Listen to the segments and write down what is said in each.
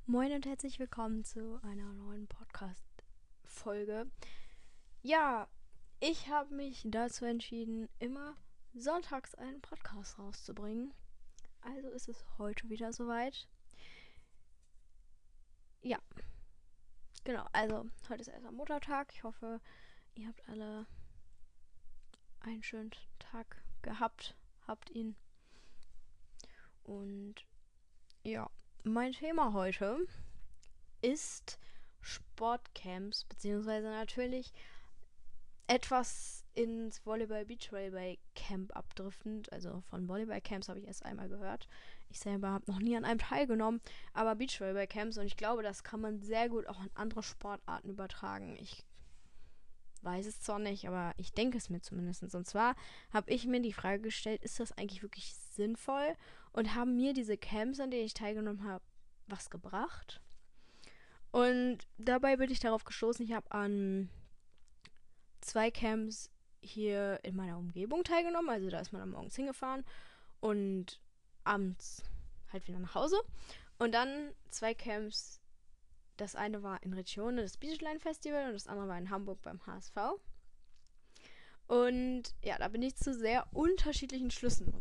Moin und herzlich willkommen zu einer neuen Podcast-Folge. Ja, ich habe mich dazu entschieden, immer sonntags einen Podcast rauszubringen. Also ist es heute wieder soweit. Ja, genau. Also heute ist erst Muttertag. Ich hoffe, ihr habt alle einen schönen Tag gehabt. Habt ihn. Und ja, mein Thema heute ist Sportcamps, beziehungsweise natürlich etwas ins Volleyball-Beachvolleyball-Camp abdriftend. Also von Volleyball-Camps habe ich erst einmal gehört. Ich selber habe noch nie an einem teilgenommen, aber Beachvolleyball-Camps, und ich glaube, das kann man sehr gut auch an andere Sportarten übertragen. Ich weiß es zwar nicht, aber ich denke es mir zumindest. Und zwar habe ich mir die Frage gestellt, ist das eigentlich wirklich sinnvoll? Und haben mir diese Camps, an denen ich teilgenommen habe, was gebracht? Und dabei bin ich darauf gestoßen, ich habe an 2 Camps hier in meiner Umgebung teilgenommen. Also da ist man am Morgens hingefahren und abends halt wieder nach Hause. Und dann 2 Camps. Das eine war in Riccione, das Beachline Festival, und das andere war in Hamburg beim HSV. Und ja, da bin ich zu sehr unterschiedlichen Schlüssen,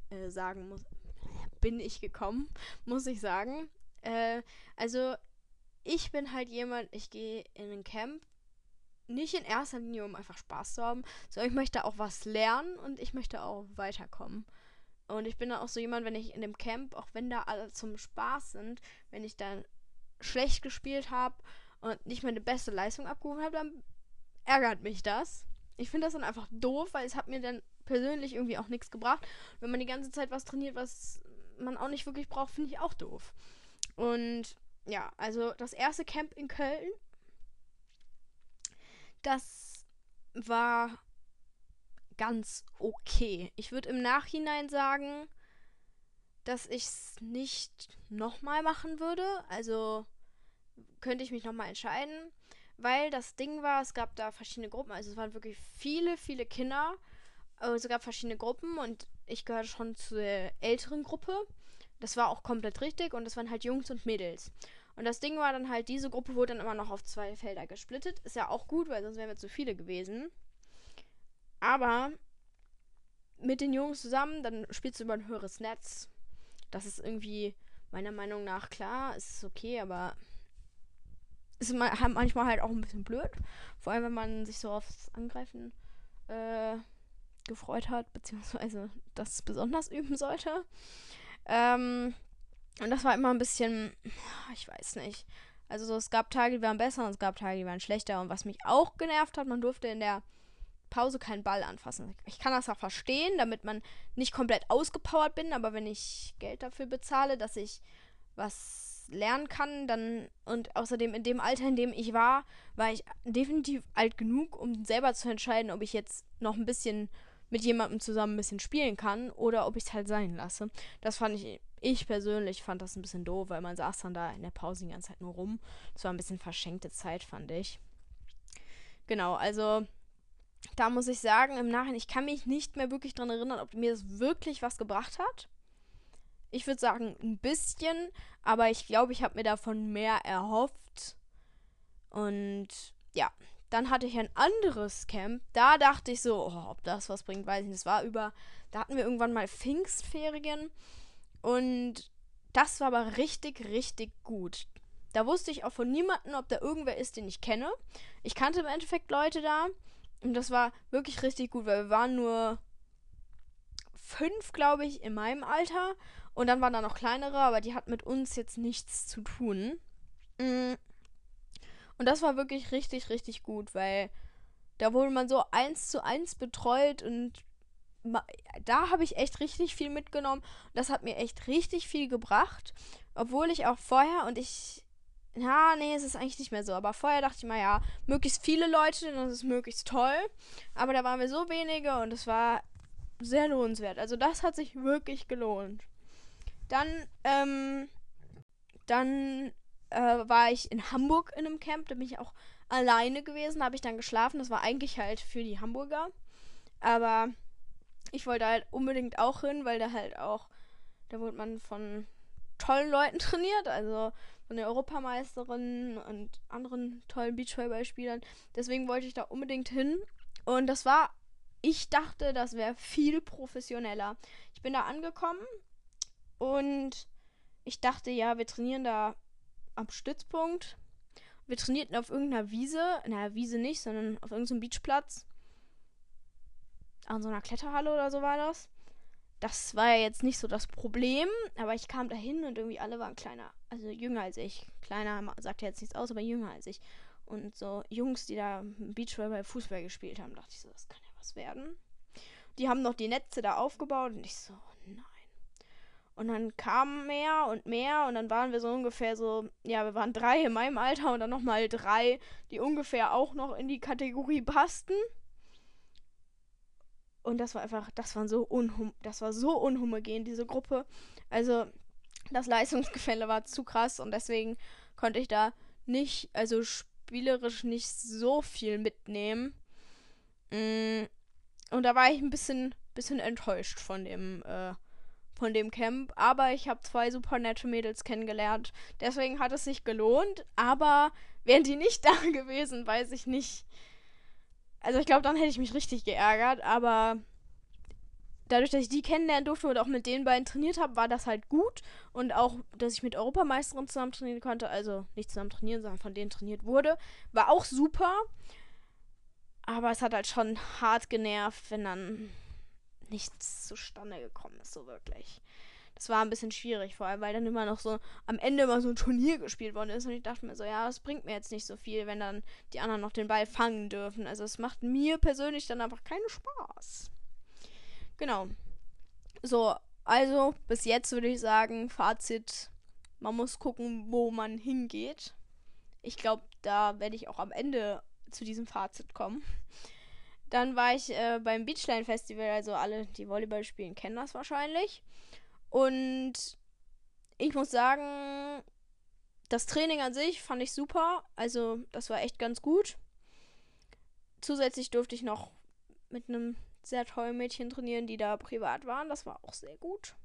bin ich gekommen, muss ich sagen. Also ich bin halt jemand, ich gehe in ein Camp nicht in erster Linie, um einfach Spaß zu haben, sondern ich möchte auch was lernen und ich möchte auch weiterkommen. Und ich bin dann auch so jemand, wenn ich in dem Camp, auch wenn da alle zum Spaß sind, wenn ich dann schlecht gespielt habe und nicht meine beste Leistung abgerufen habe, dann ärgert mich das. Ich finde das dann einfach doof, weil es hat mir dann persönlich irgendwie auch nichts gebracht. Wenn man die ganze Zeit was trainiert, was man auch nicht wirklich braucht, finde ich auch doof. Und ja, also das erste Camp in Köln, das war ganz okay. Ich würde im Nachhinein sagen, dass ich es nicht nochmal machen würde. Also könnte ich mich nochmal entscheiden. Weil das Ding war, es gab da verschiedene Gruppen. Also es waren wirklich viele, viele Kinder. Es gab verschiedene Gruppen und ich gehörte schon zur älteren Gruppe. Das war auch komplett richtig und das waren halt Jungs und Mädels. Und das Ding war dann halt, diese Gruppe wurde dann immer noch auf 2 Felder gesplittet. Ist ja auch gut, weil sonst wären wir zu viele gewesen. Aber mit den Jungs zusammen, dann spielst du über ein höheres Netz. Das ist irgendwie meiner Meinung nach klar, ist okay, aber ist manchmal halt auch ein bisschen blöd. Vor allem, wenn man sich so aufs Angreifen gefreut hat, beziehungsweise das besonders üben sollte. Und das war immer ein bisschen, ich weiß nicht. Also so, es gab Tage, die waren besser und es gab Tage, die waren schlechter. Und was mich auch genervt hat, man durfte in der Pause keinen Ball anfassen. Ich kann das auch verstehen, damit man nicht komplett ausgepowert bin, aber wenn ich Geld dafür bezahle, dass ich was lernen kann, dann, und außerdem in dem Alter, in dem ich war ich definitiv alt genug, um selber zu entscheiden, ob ich jetzt noch ein bisschen mit jemandem zusammen ein bisschen spielen kann oder ob ich es halt sein lasse. Das fand ich persönlich fand das ein bisschen doof, weil man saß dann da in der Pause die ganze Zeit nur rum. Das war ein bisschen verschenkte Zeit, fand ich. Genau, also da muss ich sagen, im Nachhinein, ich kann mich nicht mehr wirklich dran erinnern, ob mir das wirklich was gebracht hat. Ich würde sagen, ein bisschen, aber ich glaube, ich habe mir davon mehr erhofft. Und ja, dann hatte ich ein anderes Camp. Da dachte ich so, ob das was bringt, weiß ich nicht. Da hatten wir irgendwann mal Pfingstferien und das war aber richtig, richtig gut. Da wusste ich auch von niemandem, ob da irgendwer ist, den ich kenne. Ich kannte im Endeffekt Leute da und das war wirklich richtig gut, weil wir waren nur 5, glaube ich, in meinem Alter. Und dann waren da noch kleinere, aber die hatten mit uns jetzt nichts zu tun. Mm. Und das war wirklich richtig, richtig gut, weil da wurde man so 1:1 betreut und da habe ich echt richtig viel mitgenommen. Das hat mir echt richtig viel gebracht. Obwohl ich auch vorher nee, es ist eigentlich nicht mehr so. Aber vorher dachte ich mal, ja, möglichst viele Leute, das ist möglichst toll. Aber da waren wir so wenige und es war sehr lohnenswert. Also das hat sich wirklich gelohnt. Dann, war ich in Hamburg in einem Camp. Da bin ich auch alleine gewesen. Da habe ich dann geschlafen. Das war eigentlich halt für die Hamburger. Aber ich wollte halt unbedingt auch hin, weil da halt auch, da wurde man von tollen Leuten trainiert. Also von der Europameisterin und anderen tollen Beachvolleyballspielern. Deswegen wollte ich da unbedingt hin. Und ich dachte, das wäre viel professioneller. Ich bin da angekommen und ich dachte, ja, wir trainieren da am Stützpunkt. Wir trainierten auf irgendeiner Wiese. Naja, Wiese nicht, sondern auf irgendeinem Beachplatz. An so einer Kletterhalle oder so war das. Das war ja jetzt nicht so das Problem, aber ich kam dahin und irgendwie alle waren kleiner, also jünger als ich. Kleiner sagt ja jetzt nichts aus, aber jünger als ich. Und so Jungs, die da Beachvolleyball, Fußball gespielt haben, dachte ich so, das kann ja was werden. Die haben noch die Netze da aufgebaut und ich so, nein. Und dann kamen mehr und dann waren wir so ungefähr so, ja, wir waren 3 in meinem Alter und dann nochmal 3, die ungefähr auch noch in die Kategorie passten. Und das war so unhomogen, diese Gruppe. Also, das Leistungsgefälle war zu krass und deswegen konnte ich da nicht, also spielerisch nicht so viel mitnehmen. Und da war ich ein bisschen enttäuscht von dem Camp. Aber ich habe 2 super nette Mädels kennengelernt. Deswegen hat es sich gelohnt. Aber wären die nicht da gewesen, weiß ich nicht. Also ich glaube, dann hätte ich mich richtig geärgert, aber dadurch, dass ich die kennenlernen durfte und auch mit den beiden trainiert habe, war das halt gut. Und auch, dass ich mit Europameisterin zusammen trainieren konnte, also nicht zusammen trainieren, sondern von denen trainiert wurde, war auch super. Aber es hat halt schon hart genervt, wenn dann nichts zustande gekommen ist, so wirklich. Das war ein bisschen schwierig, vor allem, weil dann immer noch so am Ende immer so ein Turnier gespielt worden ist und ich dachte mir so, ja, das bringt mir jetzt nicht so viel, wenn dann die anderen noch den Ball fangen dürfen. Also es macht mir persönlich dann einfach keinen Spaß. Genau. So, also bis jetzt würde ich sagen, Fazit, man muss gucken, wo man hingeht. Ich glaube, da werde ich auch am Ende zu diesem Fazit kommen. Dann war ich beim Beachline Festival, also alle, die Volleyball spielen, kennen das wahrscheinlich. Und ich muss sagen, das Training an sich fand ich super. Also das war echt ganz gut. Zusätzlich durfte ich noch mit einem sehr tollen Mädchen trainieren, die da privat waren. Das war auch sehr gut.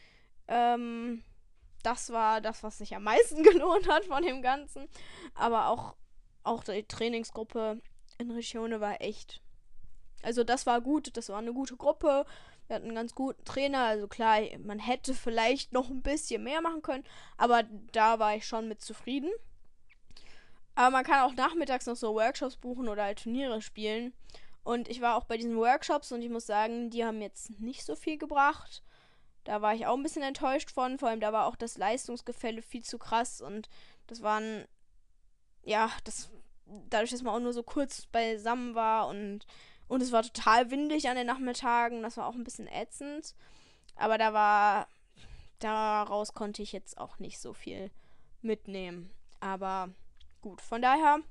Das war das, was sich am meisten gelohnt hat von dem Ganzen. Aber auch die Trainingsgruppe in Riccione war echt. Also das war gut, das war eine gute Gruppe. Wir hatten einen ganz guten Trainer. Also klar, man hätte vielleicht noch ein bisschen mehr machen können. Aber da war ich schon mit zufrieden. Aber man kann auch nachmittags noch so Workshops buchen oder halt Turniere spielen. Und ich war auch bei diesen Workshops und ich muss sagen, die haben jetzt nicht so viel gebracht. Da war ich auch ein bisschen enttäuscht von. Vor allem, da war auch das Leistungsgefälle viel zu krass. Und das waren, ja, dadurch, dass man auch nur so kurz beisammen war und es war total windig an den Nachmittagen. Das war auch ein bisschen ätzend. Aber daraus konnte ich jetzt auch nicht so viel mitnehmen. Aber gut, von daher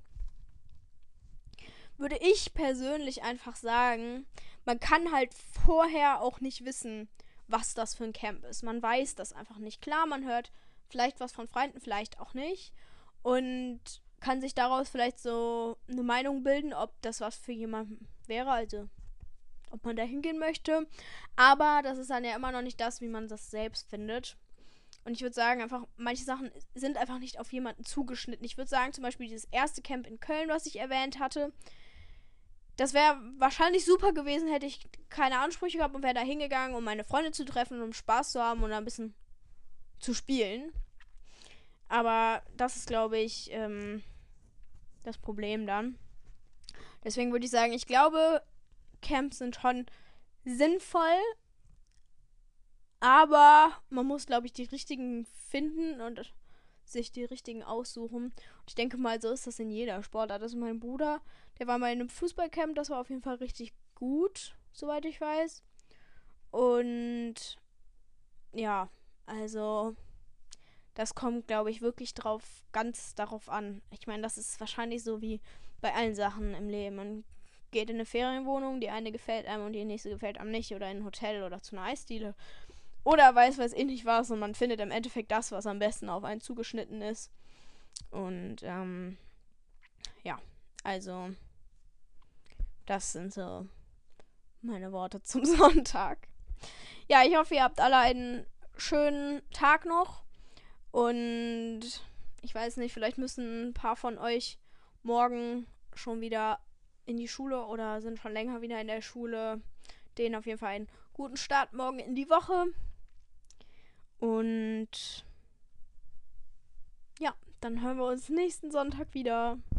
würde ich persönlich einfach sagen, man kann halt vorher auch nicht wissen, was das für ein Camp ist. Man weiß das einfach nicht. Klar, man hört vielleicht was von Freunden, vielleicht auch nicht. Und kann sich daraus vielleicht so eine Meinung bilden, ob das was für jemanden wäre, also ob man da hingehen möchte. Aber das ist dann ja immer noch nicht das, wie man das selbst findet. Und ich würde sagen, einfach, manche Sachen sind einfach nicht auf jemanden zugeschnitten. Ich würde sagen, zum Beispiel dieses erste Camp in Köln, was ich erwähnt hatte, das wäre wahrscheinlich super gewesen, hätte ich keine Ansprüche gehabt und wäre da hingegangen, um meine Freunde zu treffen, um Spaß zu haben und ein bisschen zu spielen. Aber das ist, glaube ich, das Problem dann. Deswegen würde ich sagen, ich glaube, Camps sind schon sinnvoll, aber man muss, glaube ich, die richtigen finden und sich die richtigen aussuchen. Und ich denke mal, so ist das in jeder Sportart. Also mein Bruder, der war mal in einem Fußballcamp, das war auf jeden Fall richtig gut, soweit ich weiß. Und ja, also das kommt, glaube ich, wirklich ganz darauf an. Ich meine, das ist wahrscheinlich so wie bei allen Sachen im Leben. Man geht in eine Ferienwohnung, die eine gefällt einem und die nächste gefällt einem nicht. Oder in ein Hotel oder zu einer Eisdiele. Oder weiß nicht was und man findet im Endeffekt das, was am besten auf einen zugeschnitten ist. Und ja, also das sind so meine Worte zum Sonntag. Ja, ich hoffe, ihr habt alle einen schönen Tag noch und Ich weiß nicht, vielleicht müssen ein paar von euch morgen schon wieder in die Schule oder sind schon länger wieder in der Schule. Denen auf jeden Fall einen guten Start morgen in die Woche. Und ja, dann hören wir uns nächsten Sonntag wieder.